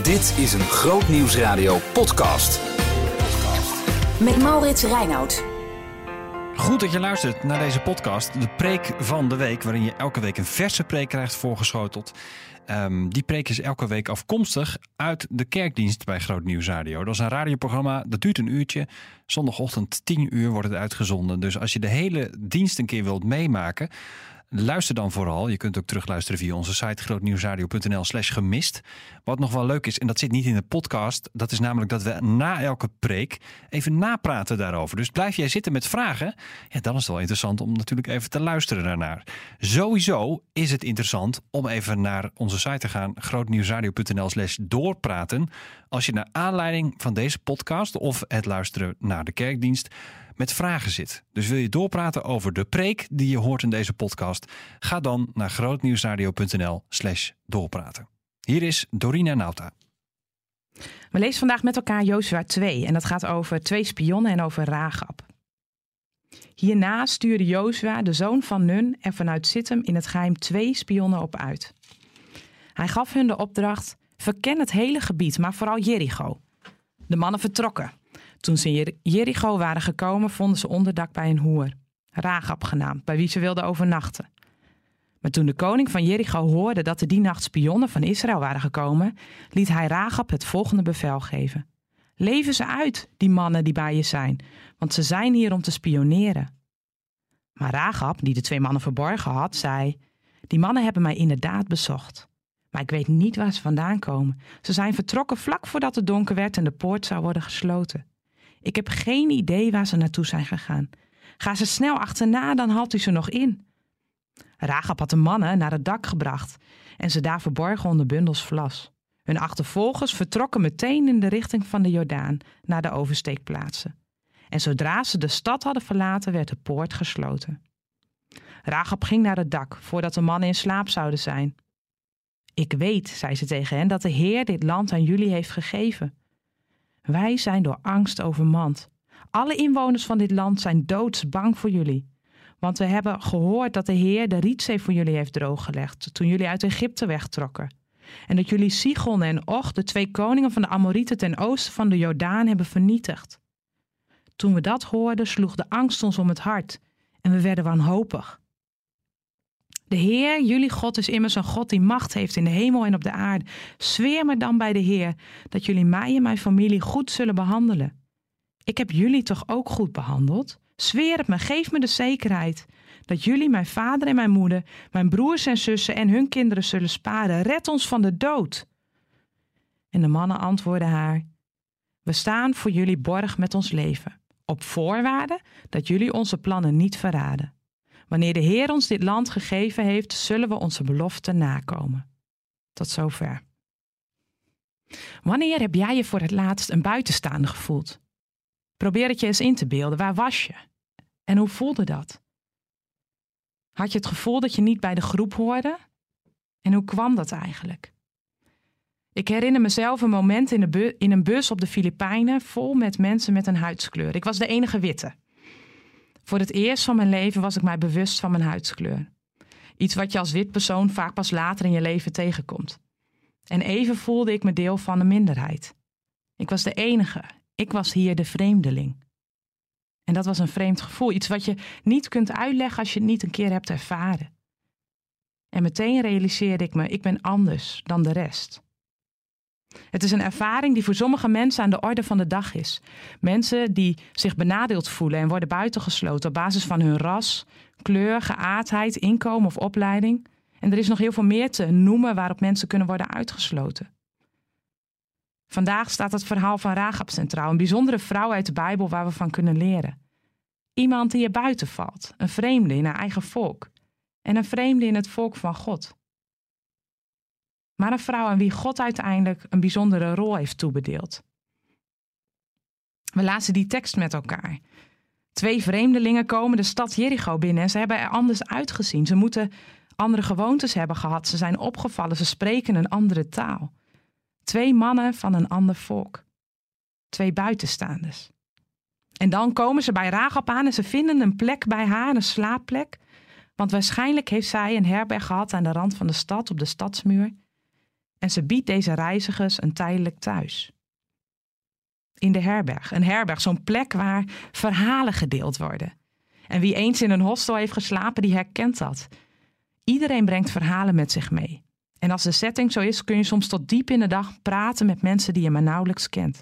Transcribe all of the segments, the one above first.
Dit is een Groot Nieuws Radio podcast. Met Maurits Reinoud. Goed dat je luistert naar deze podcast, de preek van de week, waarin je elke week een verse preek krijgt voorgeschoteld. Die preek is elke week afkomstig uit de kerkdienst bij Groot Nieuws Radio. Dat is een radioprogramma, dat duurt een uurtje. Zondagochtend 10 uur wordt het uitgezonden. Dus als je de hele dienst een keer wilt meemaken, luister dan vooral. Je kunt ook terugluisteren via onze site grootnieuwsradio.nl/gemist. Wat nog wel leuk is, en dat zit niet in de podcast, dat is namelijk dat we na elke preek even napraten daarover. Dus blijf jij zitten met vragen, ja, dan is het wel interessant om natuurlijk even te luisteren daarnaar. Sowieso is het interessant om even naar onze site te gaan, grootnieuwsradio.nl/doorpraten. Als je naar aanleiding van deze podcast of het luisteren naar de kerkdienst met vragen zit. Dus wil je doorpraten over de preek die je hoort in deze podcast? Ga dan naar grootnieuwsradio.nl/doorpraten. Hier is Dorina Nauta. We lezen vandaag met elkaar Jozua 2 en dat gaat over 2 spionnen en over Ragab. Hierna stuurde Jozua, de zoon van Nun, er vanuit Sittim in het geheim 2 spionnen op uit. Hij gaf hun de opdracht: verken het hele gebied, maar vooral Jericho. De mannen vertrokken. Toen ze in Jericho waren gekomen, vonden ze onderdak bij een hoer, Ragab genaamd, bij wie ze wilden overnachten. Maar toen de koning van Jericho hoorde dat er die nacht spionnen van Israël waren gekomen, liet hij Ragab het volgende bevel geven: leven ze uit, die mannen die bij je zijn, want ze zijn hier om te spioneren. Maar Ragab, die de 2 mannen verborgen had, zei: die mannen hebben mij inderdaad bezocht. Maar ik weet niet waar ze vandaan komen. Ze zijn vertrokken vlak voordat het donker werd en de poort zou worden gesloten. Ik heb geen idee waar ze naartoe zijn gegaan. Ga ze snel achterna, dan haalt u ze nog in. Ragab had de mannen naar het dak gebracht en ze daar verborgen onder bundels vlas. Hun achtervolgers vertrokken meteen in de richting van de Jordaan naar de oversteekplaatsen. En zodra ze de stad hadden verlaten, werd de poort gesloten. Ragab ging naar het dak voordat de mannen in slaap zouden zijn. Ik weet, zei ze tegen hen, dat de Heer dit land aan jullie heeft gegeven. Wij zijn door angst overmand. Alle inwoners van dit land zijn doodsbang voor jullie. Want we hebben gehoord dat de Heer de Rietzee voor jullie heeft drooggelegd toen jullie uit Egypte wegtrokken. En dat jullie Sigon en Och, de 2 koningen van de Amorieten ten oosten van de Jordaan, hebben vernietigd. Toen we dat hoorden, sloeg de angst ons om het hart en we werden wanhopig. De Heer, jullie God, is immers een God die macht heeft in de hemel en op de aarde. Zweer me dan bij de Heer dat jullie mij en mijn familie goed zullen behandelen. Ik heb jullie toch ook goed behandeld? Zweer het me, geef me de zekerheid dat jullie, mijn vader en mijn moeder, mijn broers en zussen en hun kinderen zullen sparen. Red ons van de dood. En de mannen antwoordden haar: we staan voor jullie borg met ons leven, op voorwaarde dat jullie onze plannen niet verraden. Wanneer de Heer ons dit land gegeven heeft, zullen we onze belofte nakomen. Tot zover. Wanneer heb jij je voor het laatst een buitenstaander gevoeld? Probeer het je eens in te beelden. Waar was je? En hoe voelde dat? Had je het gevoel dat je niet bij de groep hoorde? En hoe kwam dat eigenlijk? Ik herinner mezelf een moment in een bus op de Filipijnen vol met mensen met een huidskleur. Ik was de enige witte. Voor het eerst van mijn leven was ik mij bewust van mijn huidskleur. Iets wat je als wit persoon vaak pas later in je leven tegenkomt. En even voelde ik me deel van een minderheid. Ik was de enige. Ik was hier de vreemdeling. En dat was een vreemd gevoel. Iets wat je niet kunt uitleggen als je het niet een keer hebt ervaren. En meteen realiseerde ik me, ik ben anders dan de rest. Het is een ervaring die voor sommige mensen aan de orde van de dag is. Mensen die zich benadeeld voelen en worden buitengesloten op basis van hun ras, kleur, geaardheid, inkomen of opleiding. En er is nog heel veel meer te noemen waarop mensen kunnen worden uitgesloten. Vandaag staat het verhaal van Ragab centraal, een bijzondere vrouw uit de Bijbel waar we van kunnen leren. Iemand die er buiten valt, een vreemde in haar eigen volk en een vreemde in het volk van God. Maar een vrouw aan wie God uiteindelijk een bijzondere rol heeft toebedeeld. We lazen die tekst met elkaar. 2 vreemdelingen komen de stad Jericho binnen en ze hebben er anders uitgezien. Ze moeten andere gewoontes hebben gehad. Ze zijn opgevallen, ze spreken een andere taal. 2 mannen van een ander volk. 2 buitenstaanders. En dan komen ze bij Ragab aan en ze vinden een plek bij haar, een slaapplek. Want waarschijnlijk heeft zij een herberg gehad aan de rand van de stad, op de stadsmuur. En ze biedt deze reizigers een tijdelijk thuis. In de herberg. Een herberg, zo'n plek waar verhalen gedeeld worden. En wie eens in een hostel heeft geslapen, die herkent dat. Iedereen brengt verhalen met zich mee. En als de setting zo is, kun je soms tot diep in de dag praten met mensen die je maar nauwelijks kent.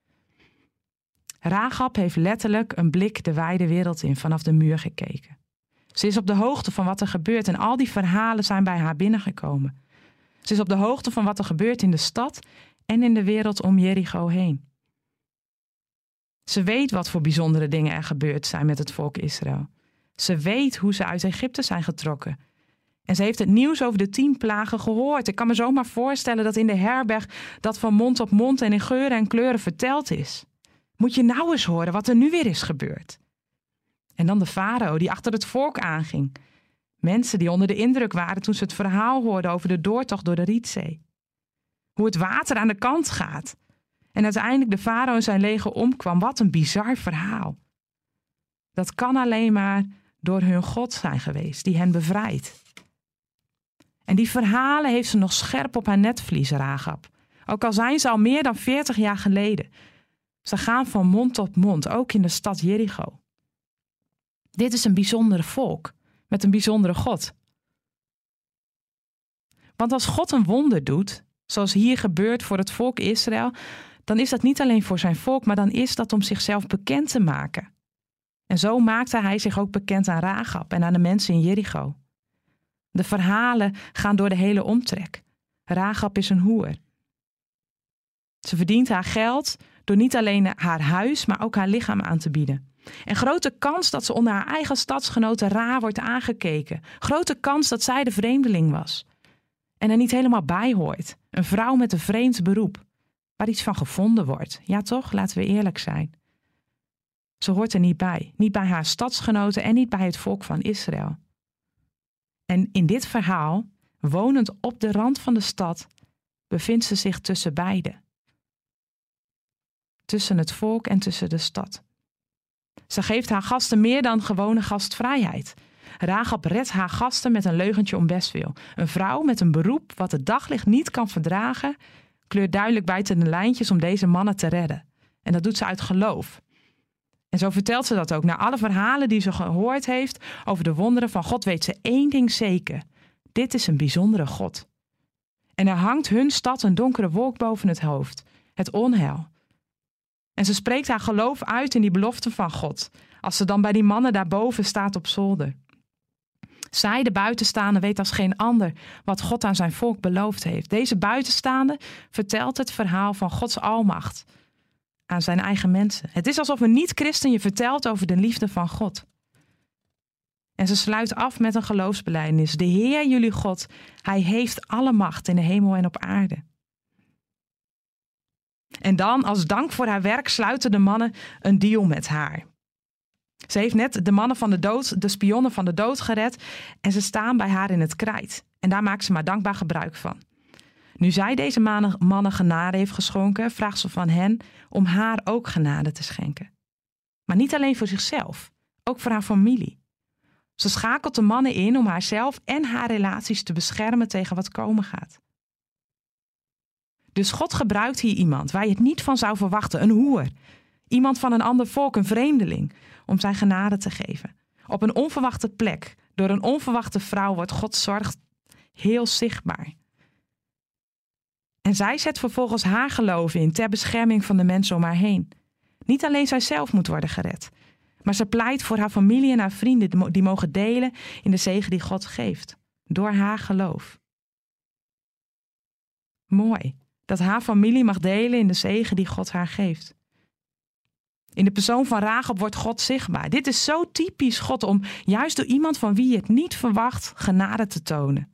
Rahab heeft letterlijk een blik de wijde wereld in vanaf de muur gekeken. Ze is op de hoogte van wat er gebeurt en al die verhalen zijn bij haar binnengekomen. Ze is op de hoogte van wat er gebeurt in de stad en in de wereld om Jericho heen. Ze weet wat voor bijzondere dingen er gebeurd zijn met het volk Israël. Ze weet hoe ze uit Egypte zijn getrokken. En ze heeft het nieuws over de 10 plagen gehoord. Ik kan me zomaar voorstellen dat in de herberg dat van mond op mond en in geuren en kleuren verteld is. Moet je nou eens horen wat er nu weer is gebeurd. En dan de farao die achter het volk aanging. Mensen die onder de indruk waren toen ze het verhaal hoorden over de doortocht door de Rietzee. Hoe het water aan de kant gaat. En uiteindelijk de farao en zijn leger omkwam. Wat een bizar verhaal. Dat kan alleen maar door hun God zijn geweest, die hen bevrijdt. En die verhalen heeft ze nog scherp op haar netvlies, Rahab. Ook al zijn ze al meer dan 40 jaar geleden. Ze gaan van mond tot mond, ook in de stad Jericho. Dit is een bijzondere volk, met een bijzondere God. Want als God een wonder doet, zoals hier gebeurt voor het volk Israël, dan is dat niet alleen voor zijn volk, maar dan is dat om zichzelf bekend te maken. En zo maakte hij zich ook bekend aan Rahab en aan de mensen in Jericho. De verhalen gaan door de hele omtrek. Rahab is een hoer. Ze verdient haar geld door niet alleen haar huis, maar ook haar lichaam aan te bieden. En grote kans dat ze onder haar eigen stadsgenoten raar wordt aangekeken. Grote kans dat zij de vreemdeling was. En er niet helemaal bij hoort. Een vrouw met een vreemd beroep. Waar iets van gevonden wordt. Ja toch, laten we eerlijk zijn. Ze hoort er niet bij. Niet bij haar stadsgenoten en niet bij het volk van Israël. En in dit verhaal, wonend op de rand van de stad, bevindt ze zich tussen beide. Tussen het volk en tussen de stad. Ze geeft haar gasten meer dan gewone gastvrijheid. Rahab redt haar gasten met een leugentje om bestwil. Een vrouw met een beroep wat het daglicht niet kan verdragen, kleurt duidelijk buiten de lijntjes om deze mannen te redden. En dat doet ze uit geloof. En zo vertelt ze dat ook. Na alle verhalen die ze gehoord heeft over de wonderen van God, weet ze 1 ding zeker. Dit is een bijzondere God. En er hangt hun stad een donkere wolk boven het hoofd. Het onheil. En ze spreekt haar geloof uit in die belofte van God. Als ze dan bij die mannen daarboven staat op zolder. Zij, de buitenstaande, weet als geen ander wat God aan zijn volk beloofd heeft. Deze buitenstaande vertelt het verhaal van Gods almacht aan zijn eigen mensen. Het is alsof een niet-christen je vertelt over de liefde van God. En ze sluit af met een geloofsbelijdenis. De Heer, jullie God, hij heeft alle macht in de hemel en op aarde. En dan, als dank voor haar werk, sluiten de mannen een deal met haar. Ze heeft net de mannen van de dood, de spionnen van de dood gered en ze staan bij haar in het krijt. En daar maakt ze maar dankbaar gebruik van. Nu zij deze mannen genade heeft geschonken, vraagt ze van hen om haar ook genade te schenken. Maar niet alleen voor zichzelf, ook voor haar familie. Ze schakelt de mannen in om haarzelf en haar relaties te beschermen tegen wat komen gaat. Dus God gebruikt hier iemand waar je het niet van zou verwachten, een hoer. Iemand van een ander volk, een vreemdeling, om zijn genade te geven. Op een onverwachte plek, door een onverwachte vrouw, wordt Gods zorg heel zichtbaar. En zij zet vervolgens haar geloof in ter bescherming van de mensen om haar heen. Niet alleen zijzelf moet worden gered, maar ze pleit voor haar familie en haar vrienden die mogen delen in de zegen die God geeft. Door haar geloof. Mooi, dat haar familie mag delen in de zegen die God haar geeft. In de persoon van Rahab wordt God zichtbaar. Dit is zo typisch God om juist door iemand van wie je het niet verwacht genade te tonen.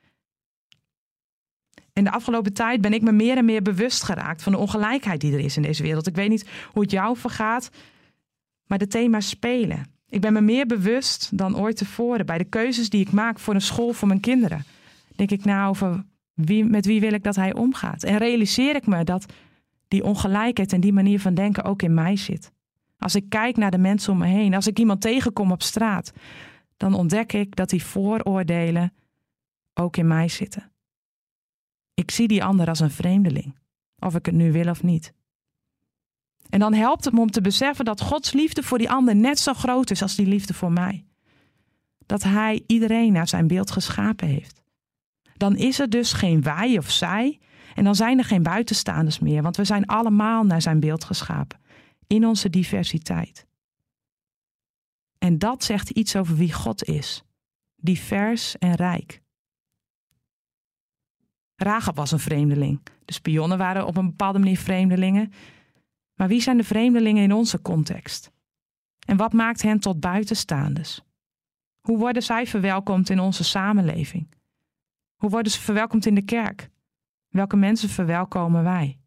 En de afgelopen tijd ben ik me meer en meer bewust geraakt van de ongelijkheid die er is in deze wereld. Ik weet niet hoe het jou vergaat, maar de thema's spelen. Ik ben me meer bewust dan ooit tevoren bij de keuzes die ik maak voor een school voor mijn kinderen. Denk ik na over met wie wil ik dat hij omgaat. En realiseer ik me dat die ongelijkheid en die manier van denken ook in mij zit. Als ik kijk naar de mensen om me heen, als ik iemand tegenkom op straat, dan ontdek ik dat die vooroordelen ook in mij zitten. Ik zie die ander als een vreemdeling, of ik het nu wil of niet. En dan helpt het me om te beseffen dat Gods liefde voor die ander net zo groot is als die liefde voor mij. Dat hij iedereen naar zijn beeld geschapen heeft. Dan is er dus geen wij of zij en dan zijn er geen buitenstaanders meer, want we zijn allemaal naar zijn beeld geschapen, in onze diversiteit. En dat zegt iets over wie God is, divers en rijk. Rahab was een vreemdeling. De spionnen waren op een bepaalde manier vreemdelingen. Maar wie zijn de vreemdelingen in onze context? En wat maakt hen tot buitenstaanders? Hoe worden zij verwelkomd in onze samenleving? Hoe worden ze verwelkomd in de kerk? Welke mensen verwelkomen wij?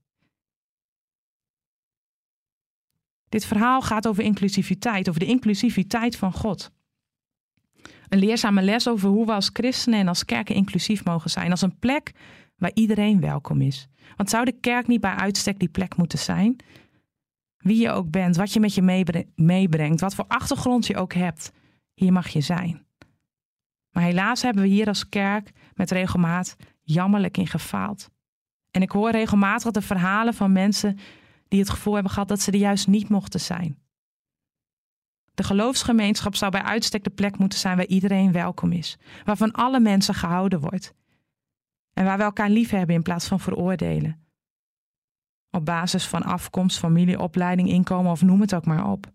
Dit verhaal gaat over inclusiviteit, over de inclusiviteit van God. Een leerzame les over hoe we als christenen en als kerken inclusief mogen zijn. Als een plek waar iedereen welkom is. Want zou de kerk niet bij uitstek die plek moeten zijn? Wie je ook bent, wat je met je meebrengt, wat voor achtergrond je ook hebt. Hier mag je zijn. Maar helaas hebben we hier als kerk met regelmaat jammerlijk in gefaald. En ik hoor regelmatig de verhalen van mensen die het gevoel hebben gehad dat ze er juist niet mochten zijn. De geloofsgemeenschap zou bij uitstek de plek moeten zijn waar iedereen welkom is. Waarvan alle mensen gehouden wordt. En waar we elkaar lief hebben in plaats van veroordelen. Op basis van afkomst, familie, opleiding, inkomen of noem het ook maar op.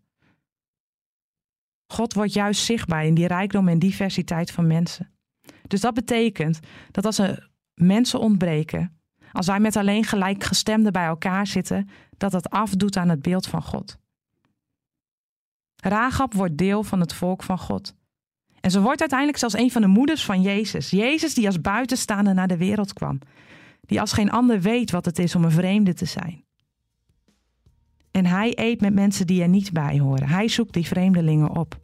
God wordt juist zichtbaar in die rijkdom en diversiteit van mensen. Dus dat betekent dat als er mensen ontbreken, als wij met alleen gelijkgestemden bij elkaar zitten, dat dat afdoet aan het beeld van God. Rahab wordt deel van het volk van God. En ze wordt uiteindelijk zelfs een van de moeders van Jezus. Jezus die als buitenstaander naar de wereld kwam. Die als geen ander weet wat het is om een vreemde te zijn. En hij eet met mensen die er niet bij horen. Hij zoekt die vreemdelingen op.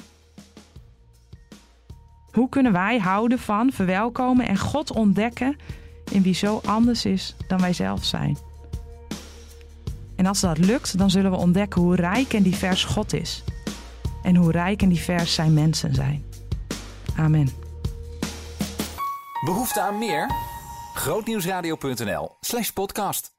Hoe kunnen wij houden van, verwelkomen en God ontdekken in wie zo anders is dan wij zelf zijn? En als dat lukt, dan zullen we ontdekken hoe rijk en divers God is. En hoe rijk en divers zijn mensen zijn. Amen. Behoefte aan meer? Grootnieuwsradio.nl/podcast